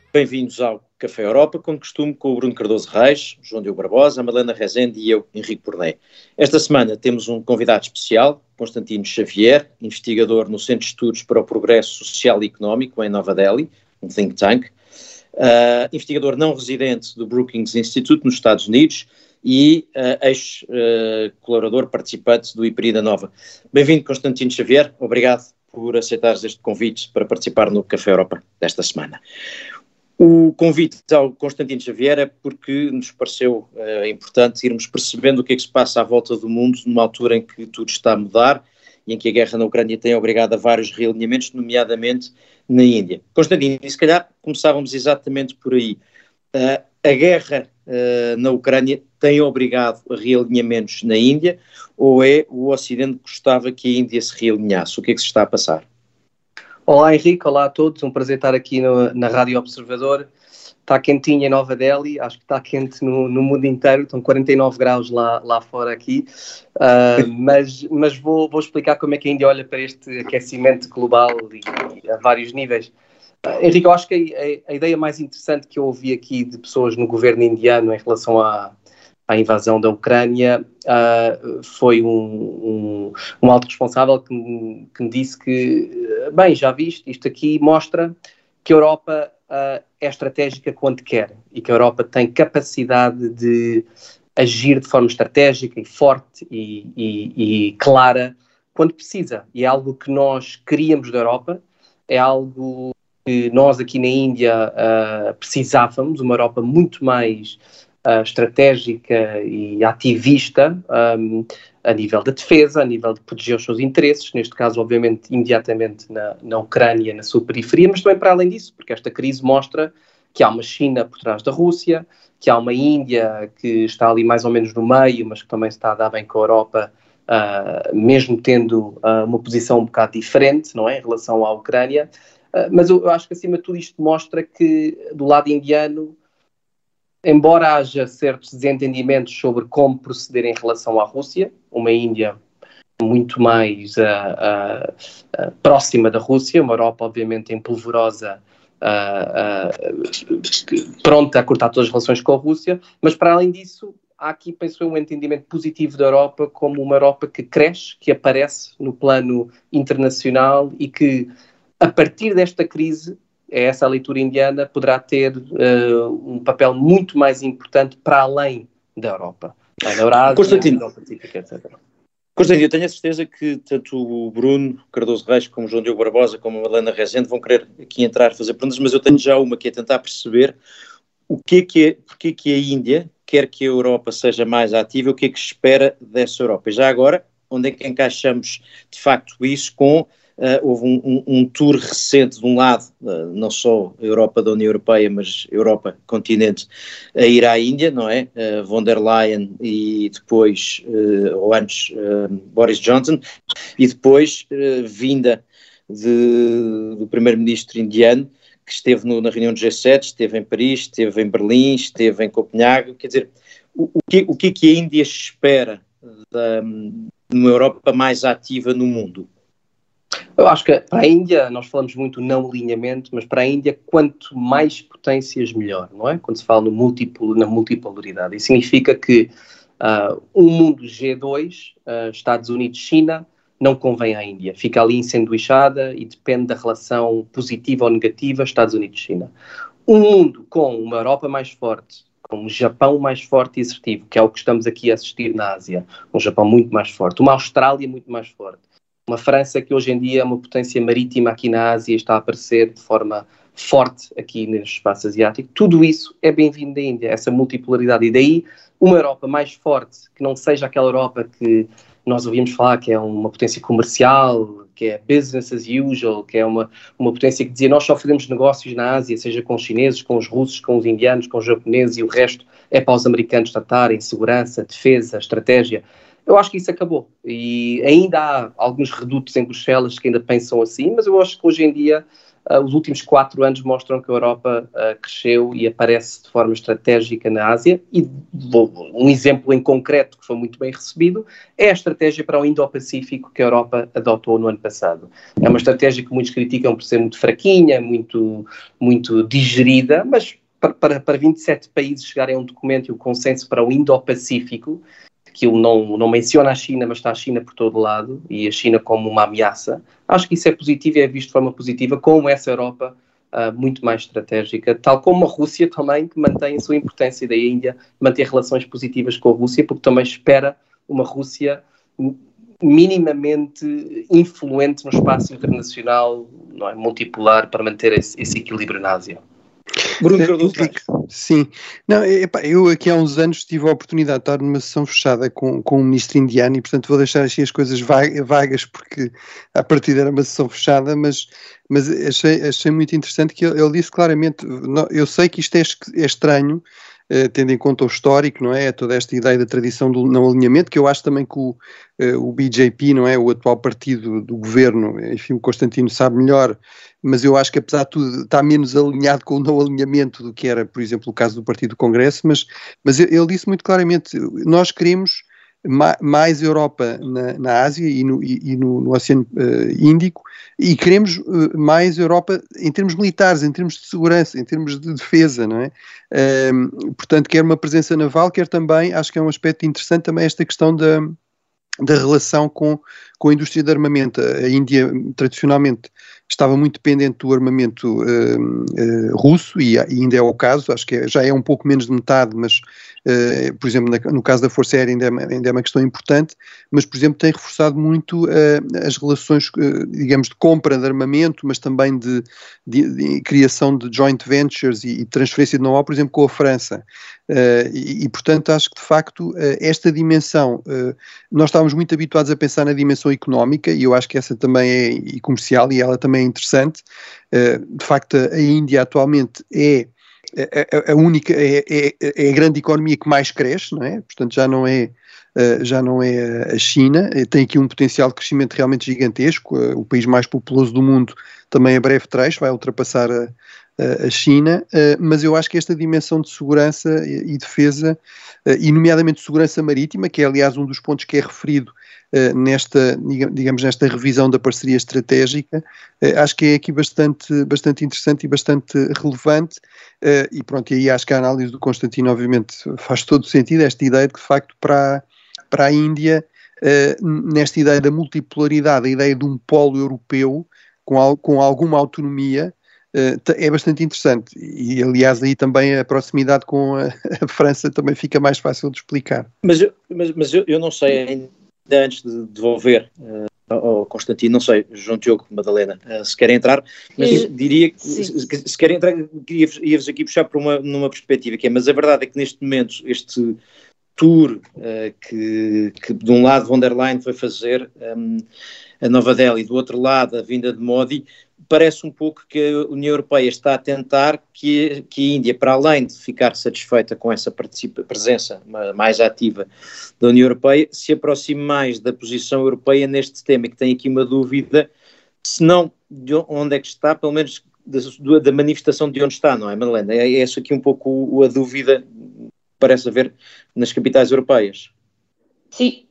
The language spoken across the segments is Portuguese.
Bem-vindos ao Café Europa, como costume, com o Bruno Cardoso Reis, João Diogo Barbosa, a Madalena Rezende e eu, Henrique Porné. Esta semana temos um convidado especial, Constantino Xavier, investigador no Centro de Estudos para o Progresso Social e Económico, em Nova Delhi, um think tank, investigador não residente do Brookings Institute, nos Estados Unidos, e ex-colaborador participante do IPRI da Nova. Bem-vindo, Constantino Xavier, obrigado por aceitares este convite para participar no Café Europa desta semana. O convite ao Constantino Xavier é porque nos pareceu importante irmos percebendo o que é que se passa à volta do mundo numa altura em que tudo está a mudar e em que a guerra na Ucrânia tem obrigado a vários realinhamentos, nomeadamente na Índia. Constantino, e se calhar começávamos exatamente por aí. A guerra na Ucrânia tem obrigado a realinhamentos na Índia ou é o Ocidente que gostava que a Índia se realinhasse? O que é que se está a passar? Olá Henrique, olá a todos, um prazer estar aqui na Rádio Observador. Está quentinho em Nova Delhi, acho que está quente no mundo inteiro, estão 49 graus lá fora aqui, mas vou explicar como é que a Índia olha para este aquecimento global e a vários níveis. Henrique, eu acho que a ideia mais interessante que eu ouvi aqui de pessoas no governo indiano em relação à invasão da Ucrânia foi um alto responsável que me disse que, bem, já viste, isto aqui mostra que a Europa é estratégica quando quer e que a Europa tem capacidade de agir de forma estratégica e forte e clara quando precisa. E é algo que nós queríamos da Europa, é algo que nós aqui na Índia precisávamos, uma Europa muito mais estratégica e ativista a nível da defesa, a nível de proteger os seus interesses, neste caso obviamente imediatamente na Ucrânia, na sua periferia, mas também para além disso, porque esta crise mostra que há uma China por trás da Rússia, que há uma Índia que está ali mais ou menos no meio, mas que também se está a dar bem com a Europa, mesmo tendo uma posição um bocado diferente, não é, em relação à Ucrânia, mas eu acho que acima de tudo isto mostra que do lado indiano, embora haja certos desentendimentos sobre como proceder em relação à Rússia, uma Índia muito mais próxima da Rússia, uma Europa obviamente empolvorosa, pronta a cortar todas as relações com a Rússia, mas para além disso há aqui, penso eu, um entendimento positivo da Europa como uma Europa que cresce, que aparece no plano internacional e que a partir desta crise, essa leitura indiana poderá ter um papel muito mais importante para além da Europa. Na Eurásia, Constantino, na Pacífica, etc. Constantino, eu tenho a certeza que tanto o Bruno Cardoso Reis como o João Diogo Barbosa como a Madalena Rezende vão querer aqui entrar a fazer perguntas, mas eu tenho já uma que é tentar perceber porque é que a Índia quer que a Europa seja mais ativa, o que é que espera dessa Europa. E já agora, onde é que encaixamos de facto isso com... houve um tour recente de um lado, não só a Europa da União Europeia, mas Europa, continente, a ir à Índia, não é? Von der Leyen e depois, ou antes, Boris Johnson, e depois vinda do primeiro-ministro indiano, que esteve na reunião do G7, esteve em Paris, esteve em Berlim, esteve em Copenhague. Quer dizer, o que é que a Índia espera de uma Europa mais ativa no mundo? Eu acho que para a Índia, nós falamos muito não alinhamento, mas para a Índia, quanto mais potências, melhor, não é? Quando se fala na multipolaridade. Isso significa que um mundo G2, Estados Unidos, China, não convém à Índia. Fica ali ensanduichada e depende da relação positiva ou negativa Estados Unidos-China. Um mundo com uma Europa mais forte, com um Japão mais forte e assertivo, que é o que estamos aqui a assistir na Ásia, um Japão muito mais forte, uma Austrália muito mais forte, uma França que hoje em dia é uma potência marítima aqui na Ásia e está a aparecer de forma forte aqui neste espaço asiático. Tudo isso é bem-vindo da Índia, essa multipolaridade. E daí uma Europa mais forte, que não seja aquela Europa que nós ouvimos falar que é uma potência comercial, que é business as usual, que é uma potência que dizia nós só fazemos negócios na Ásia, seja com os chineses, com os russos, com os indianos, com os japoneses e o resto é para os americanos tratarem, segurança, defesa, estratégia. Eu acho que isso acabou e ainda há alguns redutos em Bruxelas que ainda pensam assim, mas eu acho que hoje em dia os últimos 4 anos mostram que a Europa cresceu e aparece de forma estratégica na Ásia, e um exemplo em concreto que foi muito bem recebido é a estratégia para o Indo-Pacífico que a Europa adotou no ano passado. É uma estratégia que muitos criticam por ser muito fraquinha, muito digerida, mas para 27 países chegarem a um documento e um consenso para o Indo-Pacífico, que ele não menciona a China, mas está a China por todo lado, e a China como uma ameaça. Acho que isso é positivo e é visto de forma positiva, como essa Europa muito mais estratégica, tal como a Rússia também, que mantém a sua importância, e daí a Índia manter relações positivas com a Rússia, porque também espera uma Rússia minimamente influente no espaço internacional, não é, multipolar, para manter esse equilíbrio na Ásia. Bruno Cardoso. Sim. Não, eu aqui há uns anos tive a oportunidade de estar numa sessão fechada com um ministro indiano e, portanto, vou deixar assim as coisas vagas porque a partida era uma sessão fechada, mas achei muito interessante que ele disse claramente, eu sei que isto é estranho, tendo em conta o histórico, não é? Toda esta ideia da tradição do não alinhamento, que eu acho também que o BJP, não é? O atual partido do governo, enfim, o Constantino sabe melhor, mas eu acho que apesar de tudo está menos alinhado com o não alinhamento do que era, por exemplo, o caso do Partido do Congresso, mas ele disse muito claramente, nós queremos mais Europa na Ásia e no Oceano Índico, e queremos mais Europa em termos militares, em termos de segurança, em termos de defesa, não é? Portanto, quer uma presença naval, quer também, acho que é um aspecto interessante também esta questão da relação com a indústria de armamento. A Índia, tradicionalmente, estava muito dependente do armamento russo, e ainda é o caso, acho que já é um pouco menos de metade, mas, por exemplo, no caso da Força Aérea ainda é uma questão importante, mas, por exemplo, tem reforçado muito as relações, digamos, de compra de armamento, mas também de criação de joint ventures e transferência de know-how, por exemplo, com a França. Portanto, acho que, de facto, esta dimensão, nós estávamos muito habituados a pensar na dimensão económica, e eu acho que essa também é e comercial, e ela também é interessante. De facto, a Índia atualmente é a única, é a grande economia que mais cresce, não é? Portanto, já não é a China, tem aqui um potencial de crescimento realmente gigantesco, o país mais populoso do mundo também a breve trecho, vai ultrapassar a China, mas eu acho que esta dimensão de segurança e defesa, e nomeadamente segurança marítima, que é aliás um dos pontos que é referido nesta revisão da parceria estratégica, acho que é aqui bastante interessante e bastante relevante, e pronto, e aí acho que a análise do Constantino obviamente faz todo o sentido, esta ideia de que de facto para a Índia, nesta ideia da multipolaridade, a ideia de um polo europeu com alguma autonomia, é bastante interessante, e aliás aí também a proximidade com a França também fica mais fácil de explicar. Mas eu não sei, ainda antes de devolver ao Constantino, não sei, João Diogo, Madalena, se querem entrar, mas diria que se querem entrar, ia-vos aqui puxar para numa perspectiva que é, mas a verdade é que neste momento este tour que de um lado von der Leyen foi fazer a Nova Delhi, do outro lado a vinda de Modi, parece um pouco que a União Europeia está a tentar que a Índia, para além de ficar satisfeita com essa presença mais ativa da União Europeia, se aproxime mais da posição europeia neste tema, que tem aqui uma dúvida, se não de onde é que está, pelo menos da manifestação de onde está, não é, Madalena? É essa aqui um pouco a dúvida que parece haver nas capitais europeias. Sim,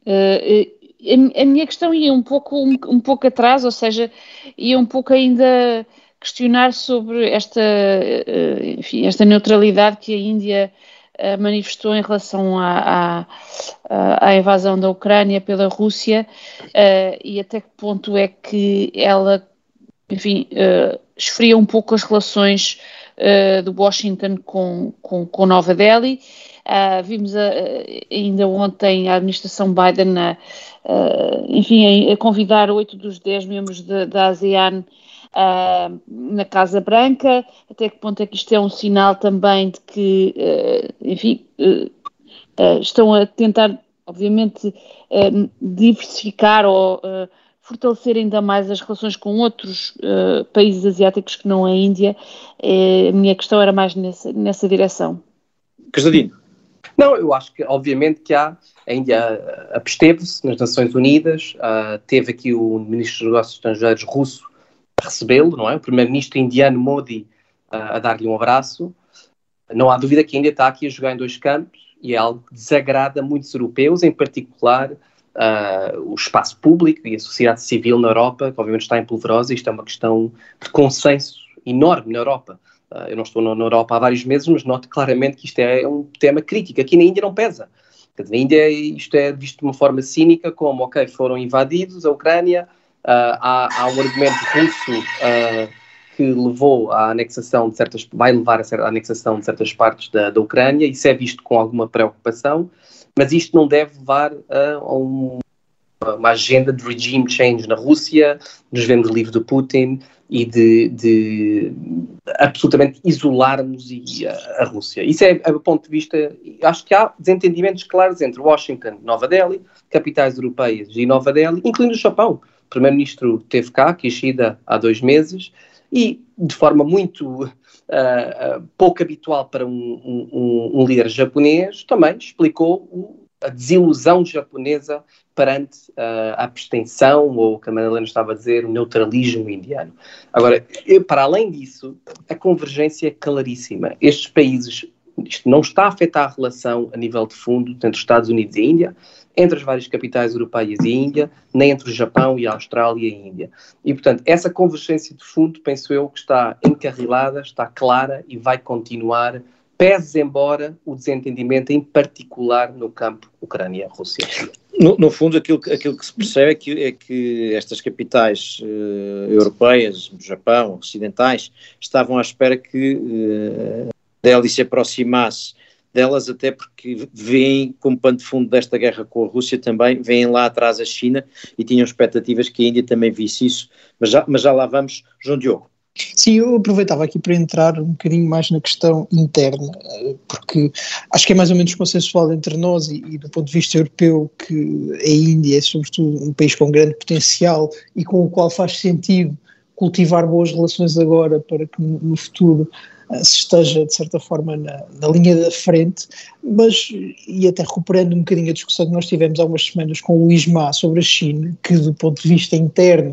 a minha questão ia um pouco atrás, ou seja, ia um pouco ainda questionar sobre esta neutralidade que a Índia manifestou em relação à invasão da Ucrânia pela Rússia, e até que ponto é que ela, enfim, esfria um pouco as relações de Washington com Nova Delhi. Vimos ainda ontem a administração Biden a convidar 8 dos 10 membros da ASEAN na Casa Branca. Até que ponto é que isto é um sinal também de que, estão a tentar, obviamente, diversificar ou fortalecer ainda mais as relações com outros países asiáticos que não a Índia. A minha questão era mais nessa direção. Constantino. Não, eu acho que, obviamente, que a Índia absteve-se nas Nações Unidas, teve aqui o Ministro dos Negócios Estrangeiros russo recebê-lo, não é? O primeiro-ministro indiano Modi a dar-lhe um abraço. Não há dúvida que a Índia está aqui a jogar em dois campos e é algo que desagrada muitos europeus, em particular o espaço público e a sociedade civil na Europa, que obviamente está em polvorosa. Isto é uma questão de consenso enorme na Europa. Eu não estou na Europa há vários meses, mas noto claramente que isto é um tema crítico. Aqui na Índia não pesa. Quer dizer, na Índia isto é visto de uma forma cínica, como, ok, foram invadidos a Ucrânia, há um argumento russo que levou à anexação de vai levar à anexação de certas partes da Ucrânia. Isso é visto com alguma preocupação, mas isto não deve levar a uma agenda de regime change na Rússia, nos vemos livre de Putin e de absolutamente isolarmos a Rússia. Isso é, do ponto de vista, acho que há desentendimentos claros entre Washington e Nova Delhi, capitais europeias e Nova Delhi, incluindo o Japão. O primeiro-ministro esteve cá, Kishida, há 2 meses, e de forma muito pouco habitual para um líder japonês, também explicou a desilusão japonesa perante a abstenção, ou, como a Helena estava a dizer, o neutralismo indiano. Agora, para além disso, a convergência é claríssima. Estes países, isto não está a afetar a relação a nível de fundo entre os Estados Unidos e a Índia, entre as várias capitais europeias e a Índia, nem entre o Japão e a Austrália e a Índia. E, portanto, essa convergência de fundo, penso eu, que está encarrilada, está clara e vai continuar, pese embora o desentendimento, em particular no campo Ucrânia-Rússia. No fundo, aquilo que se percebe é que estas capitais europeias, do Japão, ocidentais, estavam à espera que Delhi se aproximasse delas, até porque veem, como pano de fundo desta guerra com a Rússia também, veem lá atrás a China e tinham expectativas que a Índia também visse isso, mas já lá vamos. João Diogo. Sim, eu aproveitava aqui para entrar um bocadinho mais na questão interna, porque acho que é mais ou menos consensual entre nós e do ponto de vista europeu que a Índia é sobretudo um país com grande potencial e com o qual faz sentido cultivar boas relações agora para que no futuro se esteja, de certa forma, na linha da frente, mas, e até recuperando um bocadinho a discussão que nós tivemos há umas semanas com o Luís Má sobre a China, que do ponto de vista interno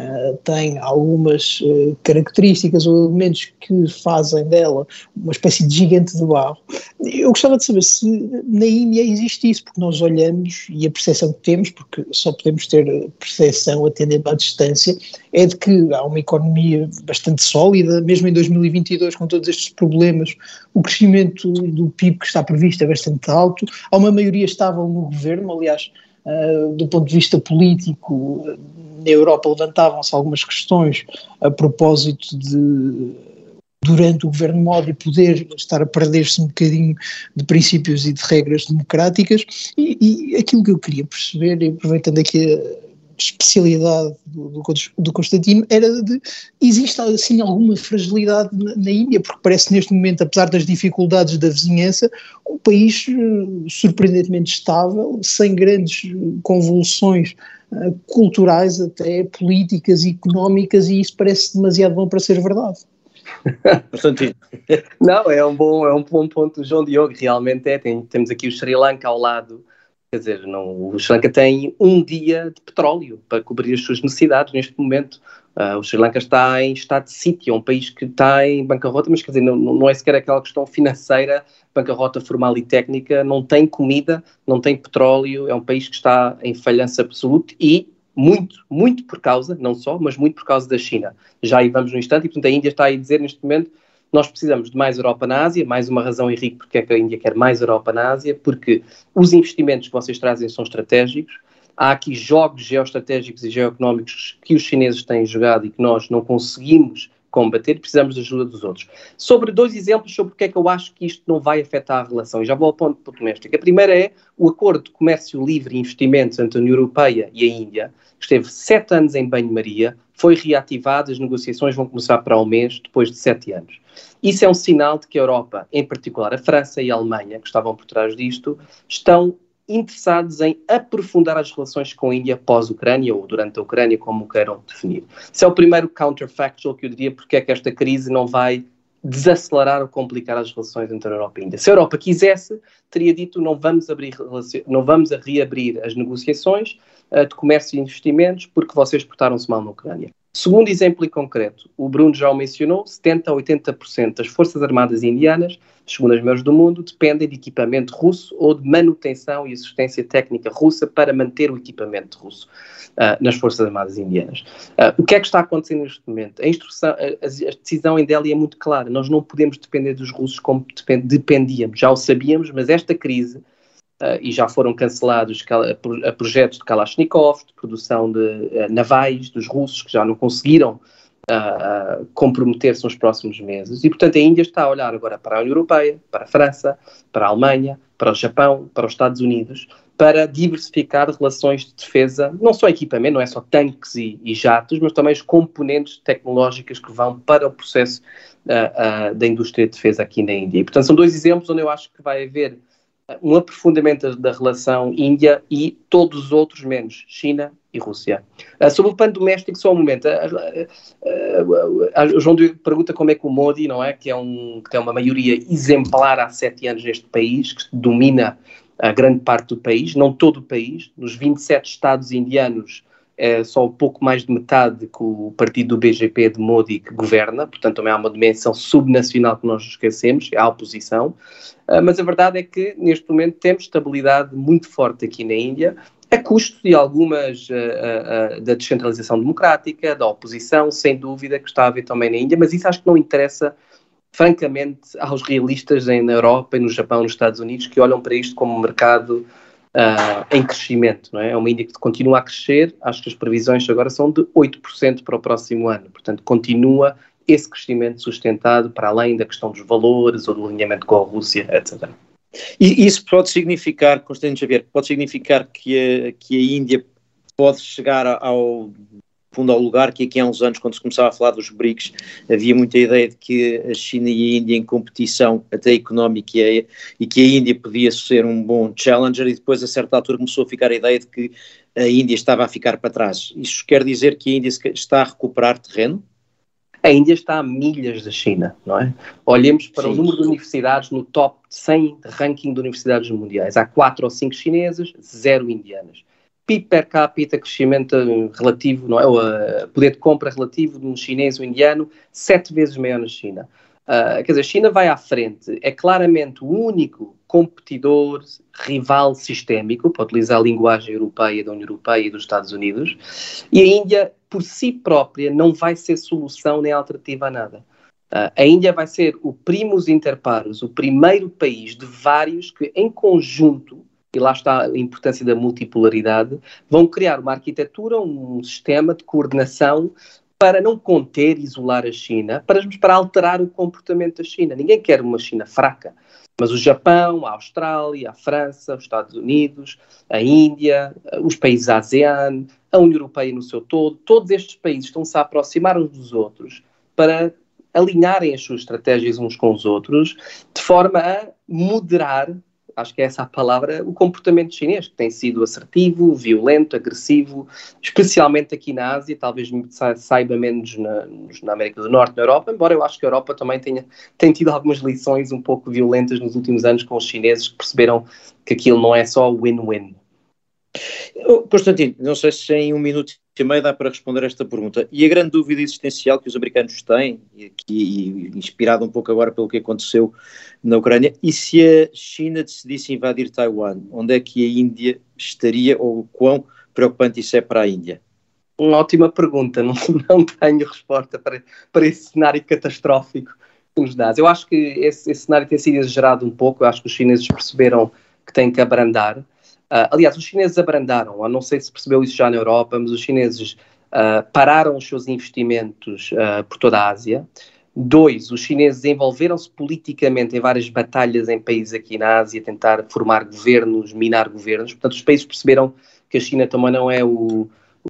tem algumas características ou elementos que fazem dela uma espécie de gigante de barro. Eu gostava de saber se na Índia existe isso, porque nós olhamos e a percepção que temos, porque só podemos ter percepção atendendo à distância, é de que há uma economia bastante sólida, mesmo em 2022, com todos estes problemas, o crescimento do PIB que está previsto é bastante alto, há uma maioria estável no governo, aliás, do ponto de vista político, na Europa levantavam-se algumas questões a propósito de, durante o governo Modi, poder estar a perder-se um bocadinho de princípios e de regras democráticas, e aquilo que eu queria perceber, e aproveitando aqui a especialidade do Constantino, era de, existe assim alguma fragilidade na Índia, porque parece neste momento, apesar das dificuldades da vizinhança, um país surpreendentemente estável, sem grandes convulsões culturais, até políticas e económicas, e isso parece demasiado bom para ser verdade. Constantino. Não, é um bom ponto, João Diogo, realmente temos aqui o Sri Lanka ao lado. Quer dizer, o Sri Lanka tem um dia de petróleo para cobrir as suas necessidades neste momento. O Sri Lanka está em estado de sítio, é um país que está em bancarrota, mas quer dizer, não é sequer aquela questão financeira, bancarrota formal e técnica, não tem comida, não tem petróleo, é um país que está em falhança absoluta e muito, muito por causa, não só, mas muito por causa da China. Já aí vamos no instante, e portanto a Índia está aí a dizer neste momento: nós precisamos de mais Europa na Ásia, mais uma razão, Henrique, porque é que a Índia quer mais Europa na Ásia, porque os investimentos que vocês trazem são estratégicos, há aqui jogos geoestratégicos e geoeconómicos que os chineses têm jogado e que nós não conseguimos combater, precisamos da ajuda dos outros. Sobre 2 exemplos sobre porque é que eu acho que isto não vai afetar a relação, e já vou ao ponto doméstico. A primeira é o Acordo de Comércio Livre e Investimentos entre a União Europeia e a Índia, que esteve 7 anos em banho-maria, foi reativado, as negociações vão começar para o mês, depois de 7 anos. Isso é um sinal de que a Europa, em particular a França e a Alemanha, que estavam por trás disto, estão interessados em aprofundar as relações com a Índia pós-Ucrânia, ou durante a Ucrânia, como queiram definir. Esse é o primeiro counterfactual que eu diria, porque é que esta crise não vai desacelerar ou complicar as relações entre a Europa e a Índia. Se a Europa quisesse, teria dito: não vamos reabrir as negociações de comércio e investimentos porque vocês portaram-se mal na Ucrânia. Segundo exemplo e concreto, o Bruno já o mencionou, 70% a 80% das Forças Armadas indianas, segundo as melhores do mundo, dependem de equipamento russo ou de manutenção e assistência técnica russa para manter o equipamento russo nas Forças Armadas indianas. O que é que está acontecendo neste momento? A decisão em Delhi é muito clara. Nós não podemos depender dos russos como dependíamos. Já o sabíamos, mas esta crise, e já foram cancelados projetos de Kalashnikov, de produção de navais dos russos, que já não conseguiram comprometer-se nos próximos meses. E, portanto, a Índia está a olhar agora para a União Europeia, para a França, para a Alemanha, para o Japão, para os Estados Unidos, para diversificar relações de defesa, não só equipamento, não é só tanques e jatos, mas também os componentes tecnológicos que vão para o processo da indústria de defesa aqui na Índia. E, portanto, são dois exemplos onde eu acho que vai haver um aprofundamento da relação Índia e todos os outros menos China e Rússia. Sobre o plano doméstico, só um momento. O João pergunta como é que o Modi, não é? Que tem uma maioria exemplar há 7 anos neste país, que domina a grande parte do país, não todo o país. Nos 27 estados indianos, é só um pouco mais de metade que o partido do BJP de Modi que governa, portanto também há uma dimensão subnacional que nós esquecemos, é a oposição, mas a verdade é que neste momento temos estabilidade muito forte aqui na Índia, a custo de algumas da descentralização democrática, da oposição, sem dúvida, que está a haver também na Índia, mas isso acho que não interessa francamente aos realistas na Europa e no Japão, nos Estados Unidos, que olham para isto como um mercado em crescimento, não é? É uma Índia que continua a crescer, acho que as previsões agora são de 8% para o próximo ano, portanto continua esse crescimento sustentado para além da questão dos valores ou do alinhamento com a Rússia, etc. E isso pode significar, Constantino Xavier, pode significar que a Índia pode chegar ao lugar que aqui há uns anos, quando se começava a falar dos BRICS, havia muita ideia de que a China e a Índia em competição até económica e que a Índia podia ser um bom challenger, e depois a certa altura começou a ficar a ideia de que a Índia estava a ficar para trás. Isso quer dizer que a Índia está a recuperar terreno? A Índia está a milhas da China, não é? Olhemos para o número de universidades no top 100 de ranking de universidades mundiais. Há 4 ou 5 chinesas, 0 indianas. PIB per capita, crescimento relativo, não é? O poder de compra relativo de um chinês ou indiano, 7 vezes maior na China. Quer dizer, a China vai à frente, é claramente o único competidor, rival sistémico, para utilizar a linguagem europeia da União Europeia e dos Estados Unidos, e a Índia, por si própria, não vai ser solução nem alternativa a nada. A Índia vai ser o primus inter pares, o primeiro país de vários que, em conjunto, e lá está a importância da multipolaridade, vão criar uma arquitetura, um sistema de coordenação para não conter e isolar a China, para alterar o comportamento da China. Ninguém quer uma China fraca, mas o Japão, a Austrália, a França, os Estados Unidos, a Índia, os países ASEAN, a União Europeia no seu todo, todos estes países estão-se a aproximar uns dos outros para alinharem as suas estratégias uns com os outros, de forma a moderar, acho que é essa a palavra, o comportamento chinês, que tem sido assertivo, violento, agressivo, especialmente aqui na Ásia, talvez saiba menos na América do Norte, na Europa, embora eu acho que a Europa também tem tido algumas lições um pouco violentas nos últimos anos com os chineses, que perceberam que aquilo não é só win-win. Constantino, não sei se em 1 minuto e meio dá para responder esta pergunta. E a grande dúvida existencial que os americanos têm, e inspirado um pouco agora pelo que aconteceu na Ucrânia, e se a China decidisse invadir Taiwan, onde é que a Índia estaria, ou quão preocupante isso é para a Índia? Uma ótima pergunta, não tenho resposta para esse cenário catastrófico que nos dás. Eu acho que esse cenário tem sido exagerado um pouco, eu acho que os chineses perceberam que têm que abrandar. Aliás, os chineses abrandaram, não sei se percebeu isso já na Europa, mas os chineses pararam os seus investimentos por toda a Ásia. 2, os chineses envolveram-se politicamente em várias batalhas em países aqui na Ásia, tentar formar governos, minar governos. Portanto, os países perceberam que a China também não é o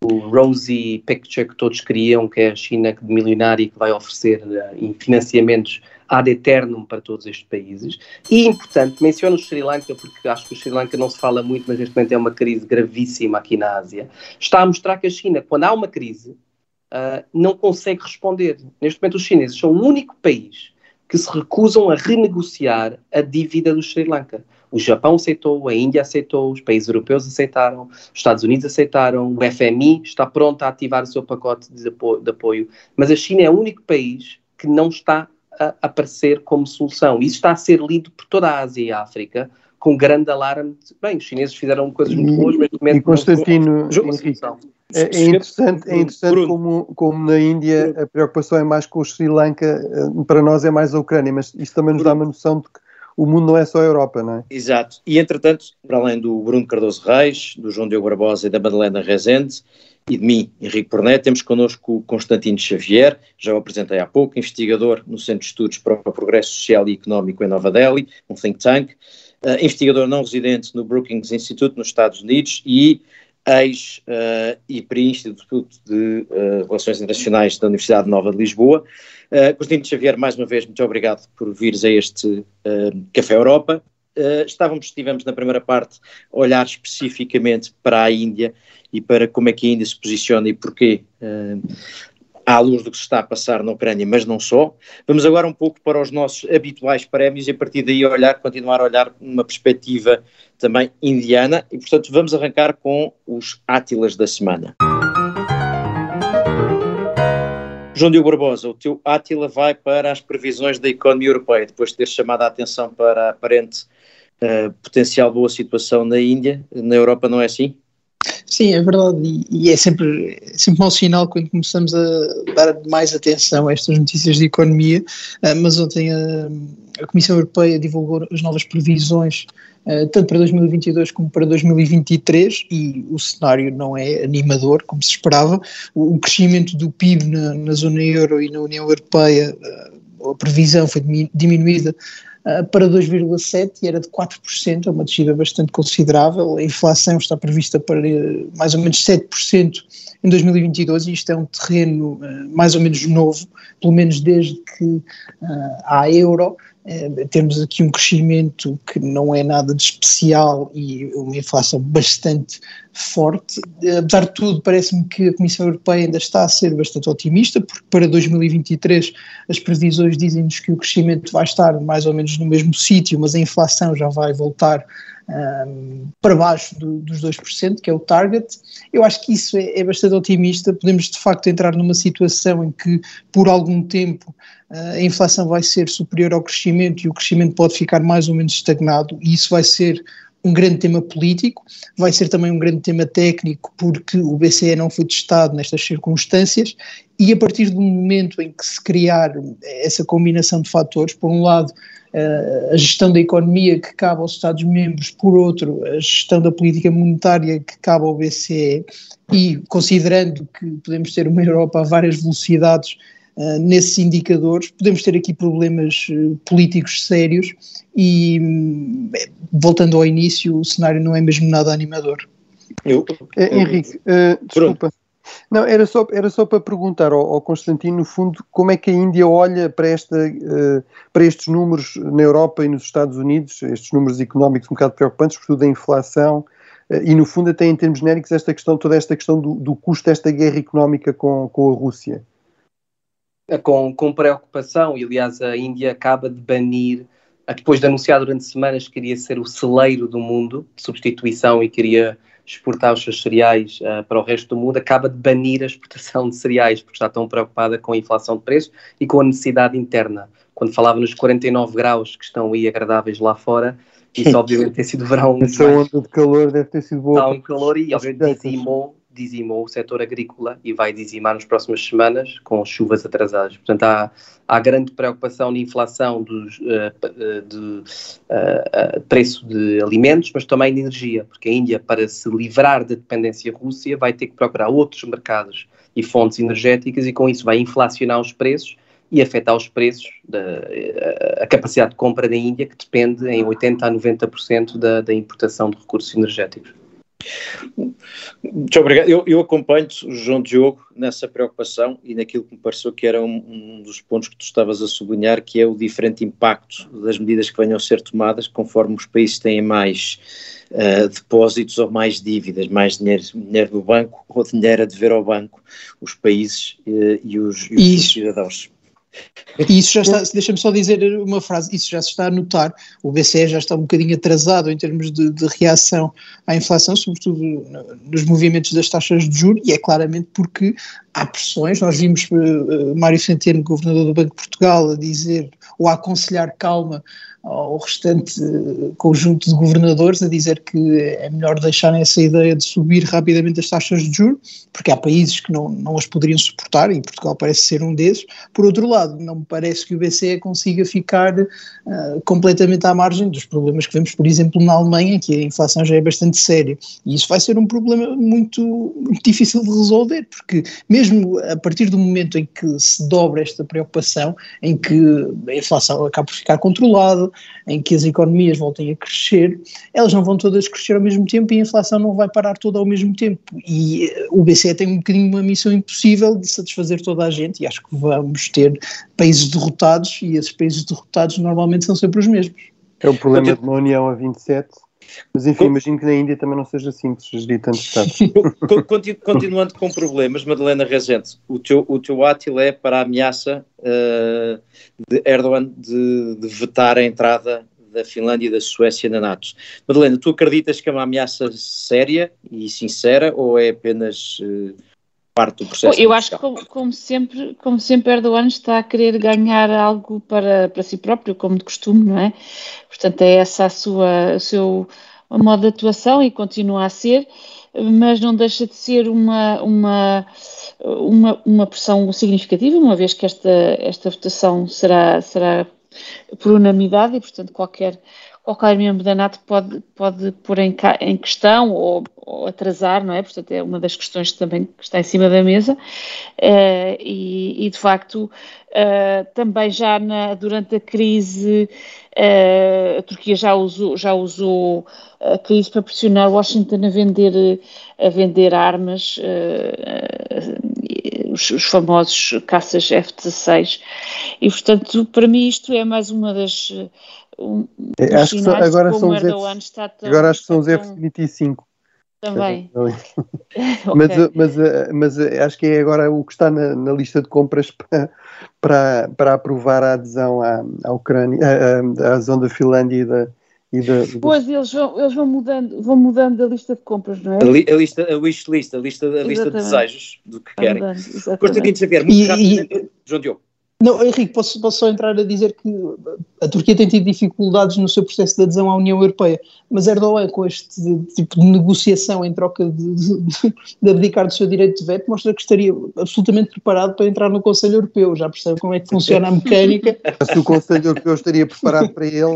rosy picture que todos queriam, que é a China milionária que vai oferecer financiamentos ad eternum para todos estes países. E, importante, menciono o Sri Lanka, porque acho que o Sri Lanka não se fala muito, mas neste momento é uma crise gravíssima aqui na Ásia. Está a mostrar que a China, quando há uma crise, não consegue responder. Neste momento os chineses são o único país que se recusam a renegociar a dívida do Sri Lanka. O Japão aceitou, a Índia aceitou, os países europeus aceitaram, os Estados Unidos aceitaram, o FMI está pronto a ativar o seu pacote de apoio, mas a China é o único país que não está a aparecer como solução. Isso está a ser lido por toda a Ásia e a África, com grande alarme. Bem, os chineses fizeram coisas muito boas, mas... E Constantino, é interessante como na Índia a preocupação é mais com o Sri Lanka, para nós é mais a Ucrânia, mas isso também nos dá uma noção de que o mundo não é só a Europa, não é? Exato. E, entretanto, para além do Bruno Cardoso Reis, do João Diogo Barbosa e da Madalena Rezende, e de mim, Henrique Porné, temos connosco o Constantino Xavier, já o apresentei há pouco, investigador no Centro de Estudos para o Progresso Social e Económico em Nova Delhi, um think tank, investigador não residente no Brookings Institute nos Estados Unidos e ex-IPRI, Instituto de Relações Internacionais da Universidade Nova de Lisboa. Constantino Xavier, mais uma vez, muito obrigado por vires a este Café Europa. Estivemos na primeira parte a olhar especificamente para a Índia e para como é que a Índia se posiciona e porquê à luz do que se está a passar na Ucrânia, mas não só. Vamos agora um pouco para os nossos habituais prémios e a partir daí continuar a olhar numa perspectiva também indiana e, portanto, vamos arrancar com os Átilas da semana. João Diogo Barbosa, o teu Átila vai para as previsões da economia europeia, depois de ter chamado a atenção para a aparente potencial boa situação na Índia. Na Europa não é assim? Sim, é verdade, e é sempre mau sinal quando começamos a dar mais atenção a estas notícias de economia, mas ontem a Comissão Europeia divulgou as novas previsões, tanto para 2022 como para 2023, e o cenário não é animador, como se esperava. O crescimento do PIB na zona euro e na União Europeia, a previsão foi diminuída para 2,7% e era de 4%, é uma descida bastante considerável. A inflação está prevista para mais ou menos 7% em 2022 e isto é um terreno mais ou menos novo, pelo menos desde que há euro. Temos aqui um crescimento que não é nada de especial e uma inflação bastante forte. Apesar de tudo, parece-me que a Comissão Europeia ainda está a ser bastante otimista, porque para 2023 as previsões dizem-nos que o crescimento vai estar mais ou menos no mesmo sítio, mas a inflação já vai voltar para baixo dos 2%, que é o target. Eu acho que isso é bastante otimista. Podemos de facto entrar numa situação em que por algum tempo a inflação vai ser superior ao crescimento e o crescimento pode ficar mais ou menos estagnado, e isso vai ser um grande tema político, vai ser também um grande tema técnico, porque o BCE não foi testado nestas circunstâncias, e a partir do momento em que se criar essa combinação de fatores, por um lado a gestão da economia que cabe aos Estados-membros, por outro a gestão da política monetária que cabe ao BCE, e considerando que podemos ter uma Europa a várias velocidades nesses indicadores, podemos ter aqui problemas políticos sérios e, voltando ao início, o cenário não é mesmo nada animador. Henrique, desculpa. Não, era só para perguntar ao Constantino, no fundo, como é que a Índia olha para estes números na Europa e nos Estados Unidos, estes números económicos um bocado preocupantes, sobretudo a inflação, e no fundo até em termos genéricos toda esta questão do custo desta guerra económica com a Rússia. Com preocupação, e aliás a Índia acaba de banir, depois de anunciar durante semanas que queria ser o celeiro do mundo de substituição e queria exportar os seus cereais para o resto do mundo, acaba de banir a exportação de cereais porque está tão preocupada com a inflação de preços e com a necessidade interna. Quando falava nos 49 graus que estão aí agradáveis lá fora, isso obviamente tem sido verão. Essa onda de calor deve ter sido boa. Está um calor e obviamente dizimou o setor agrícola e vai dizimar nas próximas semanas com chuvas atrasadas. Portanto, há grande preocupação de inflação de preço de alimentos, mas também de energia, porque a Índia, para se livrar da dependência russa, vai ter que procurar outros mercados e fontes energéticas e com isso vai inflacionar os preços e afetar os preços, a capacidade de compra da Índia, que depende em 80% a 90% da importação de recursos energéticos. Muito obrigado. Eu acompanho-te, João Diogo, nessa preocupação e naquilo que me pareceu que era um dos pontos que tu estavas a sublinhar, que é o diferente impacto das medidas que venham a ser tomadas conforme os países têm mais depósitos ou mais dívidas, mais dinheiro no banco ou dinheiro a dever ao banco, os países e os cidadãos. E isso já está, deixa-me só dizer uma frase, isso já se está a notar, o BCE já está um bocadinho atrasado em termos de reação à inflação, sobretudo nos movimentos das taxas de juros, e é claramente porque há pressões. Nós vimos Mário Centeno, governador do Banco de Portugal, a dizer, ou a aconselhar calma ao restante conjunto de governadores, a dizer que é melhor deixarem essa ideia de subir rapidamente as taxas de juros, porque há países que não as poderiam suportar, e Portugal parece ser um desses. Por outro lado, não me parece que o BCE consiga ficar completamente à margem dos problemas que vemos, por exemplo, na Alemanha, que a inflação já é bastante séria, e isso vai ser um problema muito, muito difícil de resolver, porque mesmo a partir do momento em que se dobra esta preocupação, em que a inflação acaba por ficar controlada, em que as economias voltem a crescer, elas não vão todas crescer ao mesmo tempo e a inflação não vai parar toda ao mesmo tempo, e o BCE tem um bocadinho uma missão impossível de satisfazer toda a gente, e acho que vamos ter países derrotados, e esses países derrotados normalmente são sempre os mesmos. É o problema de uma União a 27, mas enfim, imagino que na Índia também não seja simples gerir tantos Estados. Continuando com problemas, Madalena Rezende, o teu átila é para a ameaça de Erdogan de vetar a entrada da Finlândia e da Suécia na NATO. Madalena, tu acreditas que é uma ameaça séria e sincera, ou é apenas parte do processo? Eu acho que, como sempre, Erdogan está a querer ganhar algo para si próprio, como de costume, não é? Portanto, é essa o seu modo de atuação, e continua a ser, mas não deixa de ser uma pressão significativa, uma vez que esta votação será por unanimidade, e, portanto, qualquer membro da NATO pode pôr em questão ou atrasar, não é? Portanto, é uma das questões também que está em cima da mesa, e de facto, também já durante a crise, a Turquia já usou a crise para pressionar Washington a vender armas, os famosos caças F-16, e, portanto, para mim isto é mais uma das acho que agora são os Erdogan está tão, agora acho que são os F-25 também. Mas acho que é agora o que está na lista de compras para aprovar a adesão à Ucrânia, à adesão da Finlândia Pois, eles vão mudando a lista de compras, não é? A wish list, a lista de desejos do que querem. Constantino Xavier, muito rápido. João Diogo. Não, Henrique, posso só entrar a dizer que a Turquia tem tido dificuldades no seu processo de adesão à União Europeia, mas Erdogan, com este tipo de negociação em troca de abdicar do seu direito de veto, mostra que estaria absolutamente preparado para entrar no Conselho Europeu. Já percebe como é que funciona a mecânica. Se o Conselho Europeu estaria preparado para ele,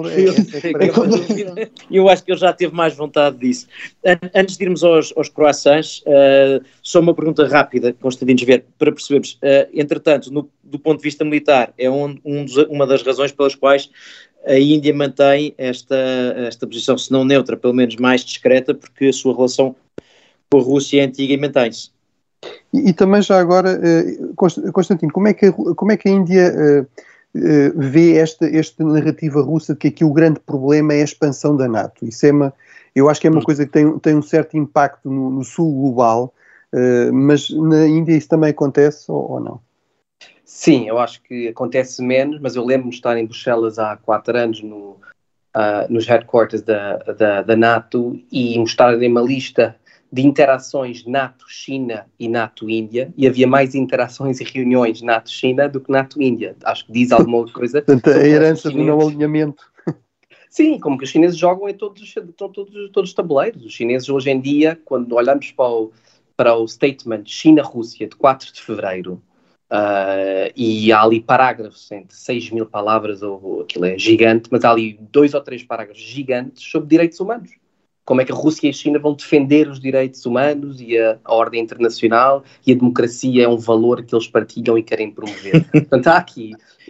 eu acho que ele já teve mais vontade disso. Antes de irmos aos croissants, só uma pergunta rápida, Constantino Xavier, para percebermos. Entretanto, do ponto de vista militar, é uma das razões pelas quais a Índia mantém esta posição, se não neutra, pelo menos mais discreta, porque a sua relação com a Rússia é antiga e mantém-se. E também já agora, Constantino, como é que a Índia vê esta narrativa russa de que aqui o grande problema é a expansão da NATO? Isso eu acho que é uma coisa que tem um certo impacto no sul global, mas na Índia isso também acontece ou não? Sim, eu acho que acontece menos, mas eu lembro-me de estar em Bruxelas há 4 anos nos headquarters da NATO e mostrarem uma lista de interações NATO-China e NATO-Índia, e havia mais interações e reuniões NATO-China do que NATO-Índia. Acho que diz alguma coisa. Portanto, a herança do não alinhamento. Sim, como que os chineses jogam em todos os tabuleiros. Os chineses hoje em dia, quando olhamos para o statement China-Rússia de 4 de fevereiro, e há ali parágrafos entre 6.000 palavras, ou aquilo é gigante, mas há ali 2 ou 3 parágrafos gigantes sobre direitos humanos. Como é que a Rússia e a China vão defender os direitos humanos e a ordem internacional, e a democracia é um valor que eles partilham e querem promover. Portanto, há aqui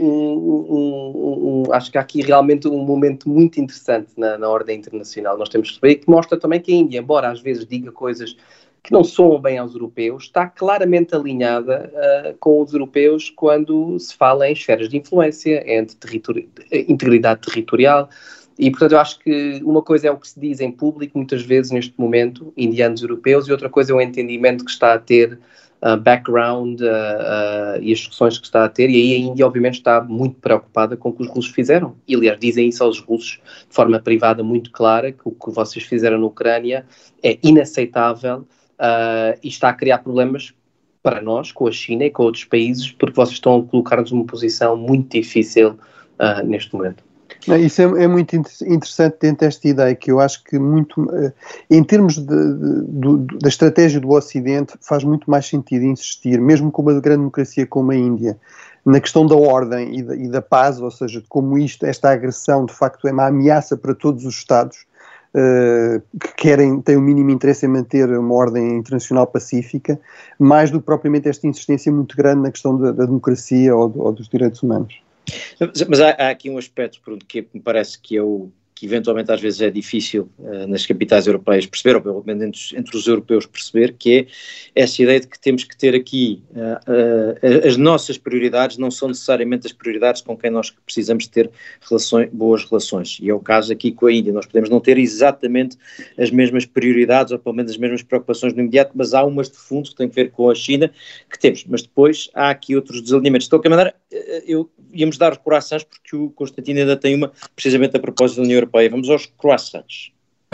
acho que há aqui realmente um momento muito interessante na ordem internacional. Nós temos que saber, que mostra também que a Índia, embora às vezes diga coisas que não soam bem aos europeus, está claramente alinhada com os europeus quando se fala em esferas de influência, entre integridade territorial, e portanto eu acho que uma coisa é o que se diz em público muitas vezes neste momento, indianos e europeus, e outra coisa é o entendimento que está a ter background e as discussões que está a ter, e aí a Índia obviamente está muito preocupada com o que os russos fizeram, e aliás dizem isso aos russos de forma privada muito clara, que o que vocês fizeram na Ucrânia é inaceitável e está a criar problemas para nós, com a China e com outros países, porque vocês estão a colocar-nos numa posição muito difícil neste momento. Isso é muito interessante dentro desta ideia, que eu acho que muito, em termos da estratégia do Ocidente, faz muito mais sentido insistir, mesmo com uma grande democracia como a Índia, na questão da ordem e da paz, ou seja, de como esta agressão de facto é uma ameaça para todos os Estados, que têm o mínimo interesse em manter uma ordem internacional pacífica, mais do que propriamente esta insistência muito grande na questão da democracia ou dos direitos humanos. Mas há aqui um aspecto que me parece que eventualmente às vezes é difícil nas capitais europeias perceber, ou pelo menos entre os europeus perceber, que é essa ideia de que temos que ter aqui as nossas prioridades não são necessariamente as prioridades com quem nós precisamos ter boas relações, e é o caso aqui com a Índia. Nós podemos não ter exatamente as mesmas prioridades, ou pelo menos as mesmas preocupações no imediato, mas há umas de fundo que têm a ver com a China que temos, mas depois há aqui outros desalinhamentos. De qualquer maneira, íamos dar os croissants, porque o Constantino ainda tem uma, precisamente a propósito da União Europeia. Vamos aos croissants.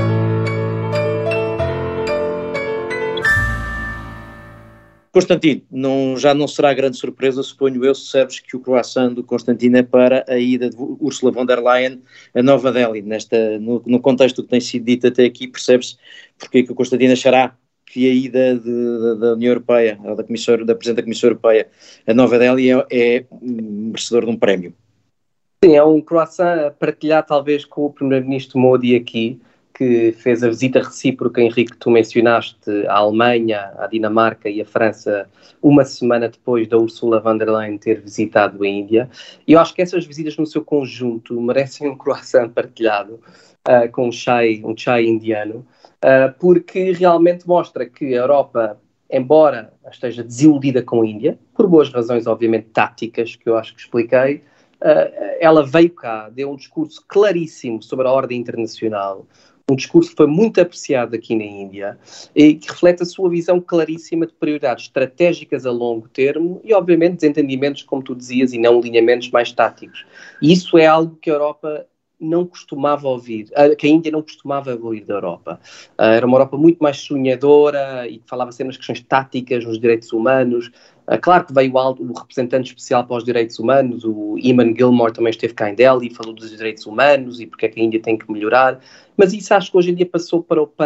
Constantino, já não será grande surpresa, suponho eu, se sabes que o croissant do Constantino é para a ida de Ursula von der Leyen a Nova Delhi. No contexto que tem sido dito até aqui, percebe-se porque que o Constantino achará que a ida da União Europeia, ou da Presidente da Comissão Europeia a Nova Delhi é merecedor de um prémio. Sim, é um croissant a partilhar talvez com o Primeiro-Ministro Modi aqui, que fez a visita recíproca, Henrique, que tu mencionaste, à Alemanha, à Dinamarca e à França, uma semana depois da Ursula von der Leyen ter visitado a Índia. E eu acho que essas visitas no seu conjunto merecem um croissant partilhado com um chai indiano, porque realmente mostra que a Europa, embora esteja desiludida com a Índia, por boas razões obviamente táticas, que eu acho que expliquei, ela veio cá, deu um discurso claríssimo sobre a ordem internacional, um discurso que foi muito apreciado aqui na Índia e que reflete a sua visão claríssima de prioridades estratégicas a longo termo e, obviamente, desentendimentos, como tu dizias, e não alinhamentos mais táticos. E isso é algo que a Europa não costumava ouvir, que a Índia não costumava ouvir da Europa. Era uma Europa muito mais sonhadora e que falava sempre nas questões táticas, nos direitos humanos. Claro que veio o representante especial para os direitos humanos, o Eamon Gilmore, também esteve cá em Delhi e falou dos direitos humanos e porque é que a Índia tem que melhorar, mas isso acho que hoje em dia passou para o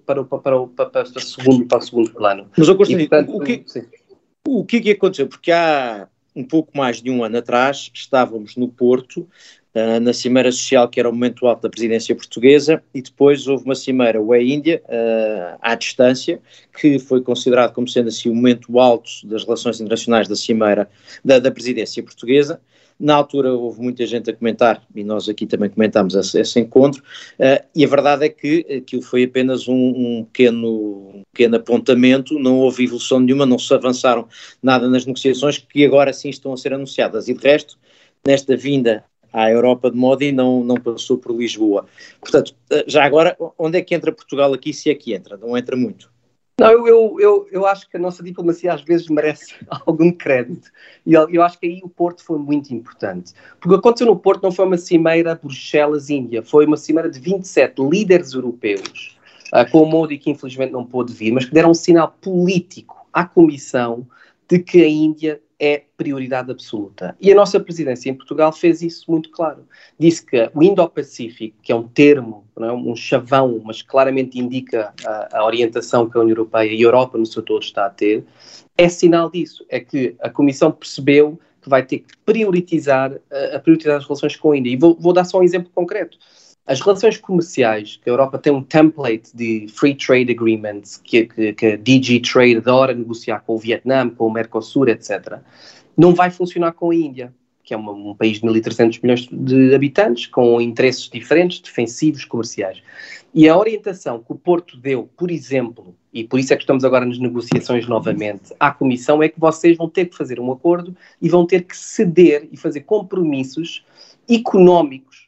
segundo plano. Mas eu gostaria, o que aconteceu? Porque há um pouco mais de um ano atrás estávamos no Porto, na Cimeira Social, que era o momento alto da presidência portuguesa, e depois houve uma cimeira UE-Índia, à distância, que foi considerado como sendo assim o momento alto das relações internacionais da cimeira da presidência portuguesa. Na altura houve muita gente a comentar, e nós aqui também comentámos esse encontro, e a verdade é que aquilo foi apenas um pequeno apontamento, não houve evolução nenhuma, não se avançaram nada nas negociações, que agora sim estão a ser anunciadas, e de resto, nesta vinda à Europa de Modi não passou por Lisboa. Portanto, já agora, onde é que entra Portugal aqui, se é que entra? Não entra muito. Não, eu acho que a nossa diplomacia às vezes merece algum crédito. E eu acho que aí o Porto foi muito importante. Porque o que aconteceu no Porto não foi uma cimeira Bruxelas-Índia, foi uma cimeira de 27 líderes europeus, com o Modi, que infelizmente não pôde vir, mas que deram um sinal político à Comissão de que a Índia é prioridade absoluta. E a nossa presidência em Portugal fez isso muito claro. Disse que o Indo-Pacífico, que é um termo, não é, um chavão, mas claramente indica a orientação que a União Europeia e a Europa no seu todo está a ter, é sinal disso. É que a Comissão percebeu que vai ter que priorizar as relações com a Índia. E vou dar só um exemplo concreto. As relações comerciais, que a Europa tem um template de Free Trade Agreements, que a DG Trade adora negociar com o Vietnã, com o Mercosul, etc., não vai funcionar com a Índia, que é um país de 1.300 milhões de habitantes, com interesses diferentes, defensivos, comerciais. E a orientação que o Porto deu, por exemplo, e por isso é que estamos agora nas negociações novamente, à Comissão, é que vocês vão ter que fazer um acordo e vão ter que ceder e fazer compromissos económicos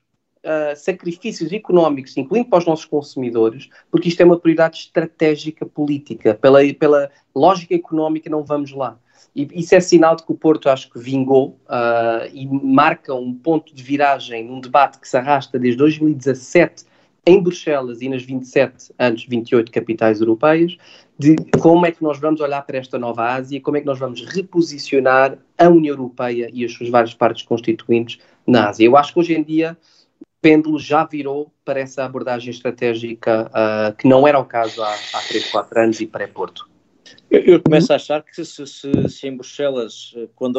sacrifícios económicos, incluindo para os nossos consumidores, porque isto é uma prioridade estratégica política. Pela lógica económica não vamos lá. E isso é sinal de que o Porto, acho que vingou e marca um ponto de viragem num debate que se arrasta desde 2017 em Bruxelas e nas 28 capitais europeias, de como é que nós vamos olhar para esta nova Ásia, como é que nós vamos reposicionar a União Europeia e as suas várias partes constituintes na Ásia. Eu acho que hoje em dia o pêndulo já virou para essa abordagem estratégica que não era o caso há 3, 4 anos e pré-Porto. Eu começo a achar que se em Bruxelas,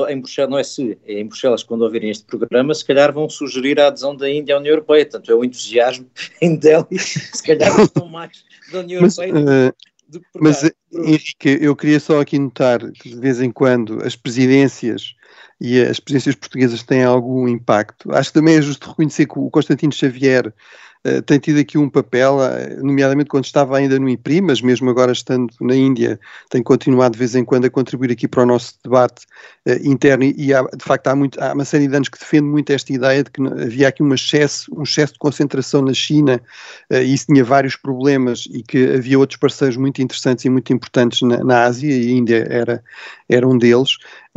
é em Bruxelas, quando ouvirem este programa, se calhar vão sugerir a adesão da Índia à União Europeia. Tanto é o entusiasmo em Delhi, se calhar estão mais da União Europeia do que por cá. Mas, Henrique, eu queria só aqui notar que de vez em quando as presidências e as presidências portuguesas têm algum impacto. Acho que também é justo reconhecer que o Constantino Xavier tem tido aqui um papel, nomeadamente quando estava ainda no IPRI, mas mesmo agora estando na Índia, tem continuado de vez em quando a contribuir aqui para o nosso debate interno e de facto há uma série de anos que defende muito esta ideia de que havia aqui um excesso de concentração na China e isso tinha vários problemas e que havia outros parceiros muito interessantes e muito importantes na Ásia e a Índia era um deles.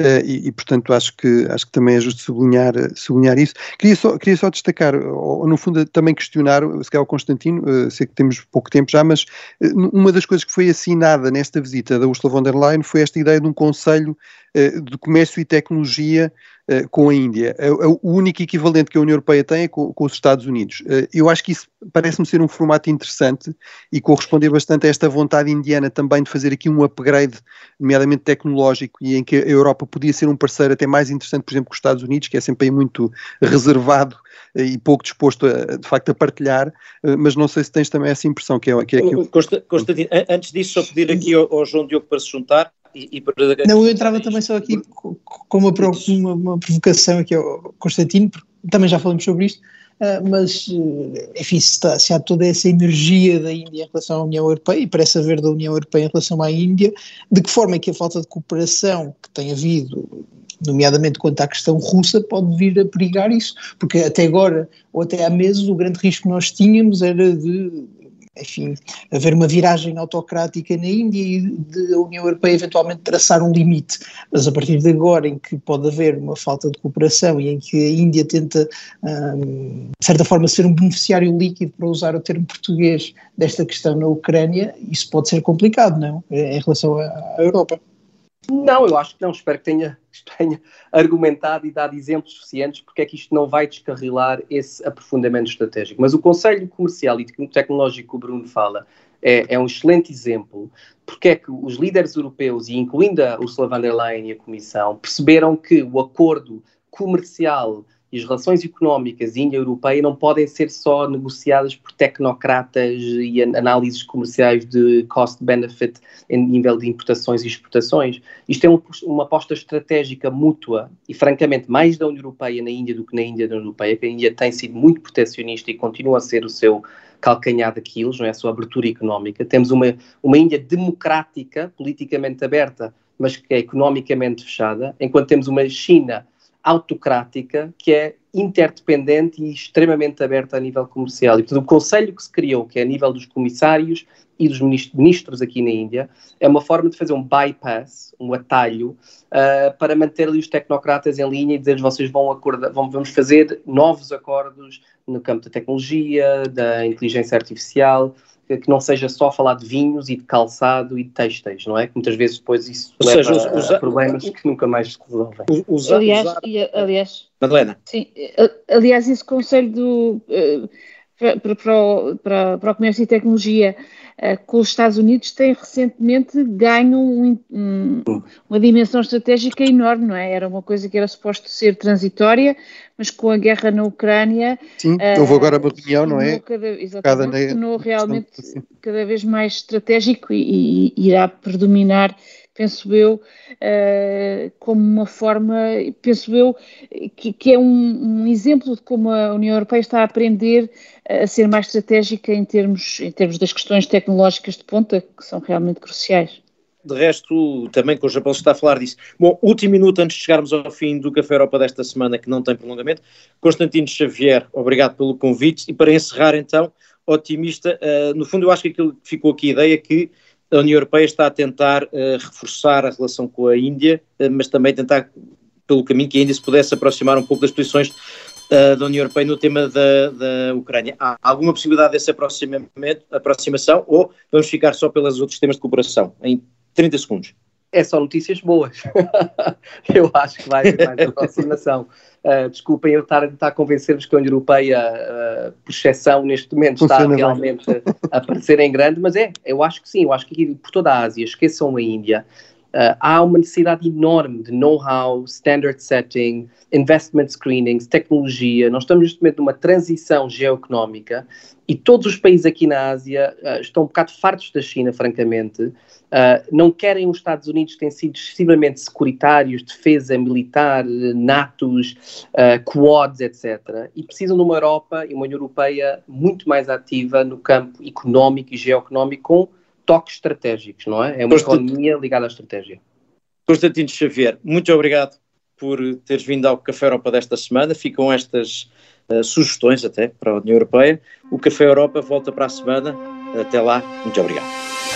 E portanto acho que também é justo sublinhar isso. Queria só destacar, ou no fundo também questionar, se calhar o Constantino, sei que temos pouco tempo já, mas uma das coisas que foi assinada nesta visita da Ursula von der Leyen foi esta ideia de um Conselho de Comércio e Tecnologia com a Índia. O único equivalente que a União Europeia tem é com os Estados Unidos. Eu acho que isso parece-me ser um formato interessante e corresponder bastante a esta vontade indiana também de fazer aqui um upgrade, nomeadamente tecnológico, e em que a Europa podia ser um parceiro até mais interessante, por exemplo, que os Estados Unidos, que é sempre aí muito reservado e pouco disposto, de facto, a partilhar, mas não sei se tens também essa impressão que é aquilo. Constantino, antes disso, só pedir aqui ao João Diogo para se juntar. Não, eu entrava também só aqui com uma provocação aqui ao Constantino, porque também já falamos sobre isto, mas, enfim, se há toda essa energia da Índia em relação à União Europeia, e parece haver da União Europeia em relação à Índia, de que forma é que a falta de cooperação que tem havido, nomeadamente quanto à questão russa, pode vir a perigar isso? Porque até agora, ou até há meses, o grande risco que nós tínhamos era de, enfim, haver uma viragem autocrática na Índia e de a União Europeia eventualmente traçar um limite. Mas a partir de agora, em que pode haver uma falta de cooperação e em que a Índia tenta, de certa forma, ser um beneficiário líquido, para usar o termo português, desta questão na Ucrânia, isso pode ser complicado, não? Em relação à Europa. Não, eu acho que não. Espero que tenha argumentado e dado exemplos suficientes porque é que isto não vai descarrilar esse aprofundamento estratégico. Mas o Conselho Comercial e Tecnológico que o Bruno fala é um excelente exemplo porque é que os líderes europeus, e incluindo a Ursula von der Leyen e a Comissão, perceberam que o acordo comercial e as relações económicas Índia-Europeia não podem ser só negociadas por tecnocratas e análises comerciais de cost-benefit em nível de importações e exportações. Isto é uma aposta estratégica mútua e, francamente, mais da União Europeia na Índia do que na Índia da União Europeia, que a Índia tem sido muito protecionista e continua a ser o seu calcanhar daqueles, não é? A sua abertura económica. Temos uma Índia democrática, politicamente aberta, mas que é economicamente fechada, enquanto temos uma China autocrática, que é interdependente e extremamente aberta a nível comercial. E, portanto, o conselho que se criou, que é a nível dos comissários e dos ministros aqui na Índia, é uma forma de fazer um bypass, um atalho, para manter ali os tecnocratas em linha e dizer vocês vamos fazer novos acordos no campo da tecnologia, da inteligência artificial, que não seja só falar de vinhos e de calçado e de têxteis, não é? Que muitas vezes depois isso leva a problemas que nunca mais se resolvem. Aliás, Madalena. Sim, aliás, esse conselho para o comércio e tecnologia com os Estados Unidos tem recentemente ganho uma dimensão estratégica enorme, não é? Era uma coisa que era suposto ser transitória, mas com a guerra na Ucrânia... Sim, houve agora uma reunião, não é? Exatamente, tornou realmente cada vez mais estratégico e irá predominar, penso eu, como uma forma, penso eu, que é um exemplo de como a União Europeia está a aprender a ser mais estratégica em termos das questões tecnológicas de ponta, que são realmente cruciais. De resto, também com o Japão se está a falar disso. Bom, último minuto antes de chegarmos ao fim do Café Europa desta semana, que não tem prolongamento. Constantino Xavier, obrigado pelo convite. E para encerrar então, otimista, no fundo eu acho que aquilo que ficou aqui a ideia é que a União Europeia está a tentar reforçar a relação com a Índia, mas também tentar, pelo caminho, que a Índia se pudesse aproximar um pouco das posições da União Europeia no tema da Ucrânia. Há alguma possibilidade dessa aproximação ou vamos ficar só pelos outros temas de cooperação? Em 30 segundos. É só notícias boas. Eu acho que vai haver mais aproximação. Desculpem eu estar a tentar convencer-vos que a União Europeia, por exceção, neste momento está realmente a aparecer em grande, mas eu acho que sim, eu acho que aqui por toda a Ásia, esqueçam a Índia, há uma necessidade enorme de know-how, standard setting, investment screenings, tecnologia. Nós estamos neste momento numa transição geoeconómica e todos os países aqui na Ásia estão um bocado fartos da China, francamente. Não querem os Estados Unidos, que têm sido excessivamente securitários, defesa militar, NATOs, Quads, etc. E precisam de uma Europa e uma União Europeia muito mais ativa no campo económico e geoeconómico, com toques estratégicos, não é? É uma economia ligada à estratégia. Constantino Xavier, muito obrigado por teres vindo ao Café Europa desta semana. Ficam estas sugestões até para a União Europeia. O Café Europa volta para a semana. Até lá, muito obrigado.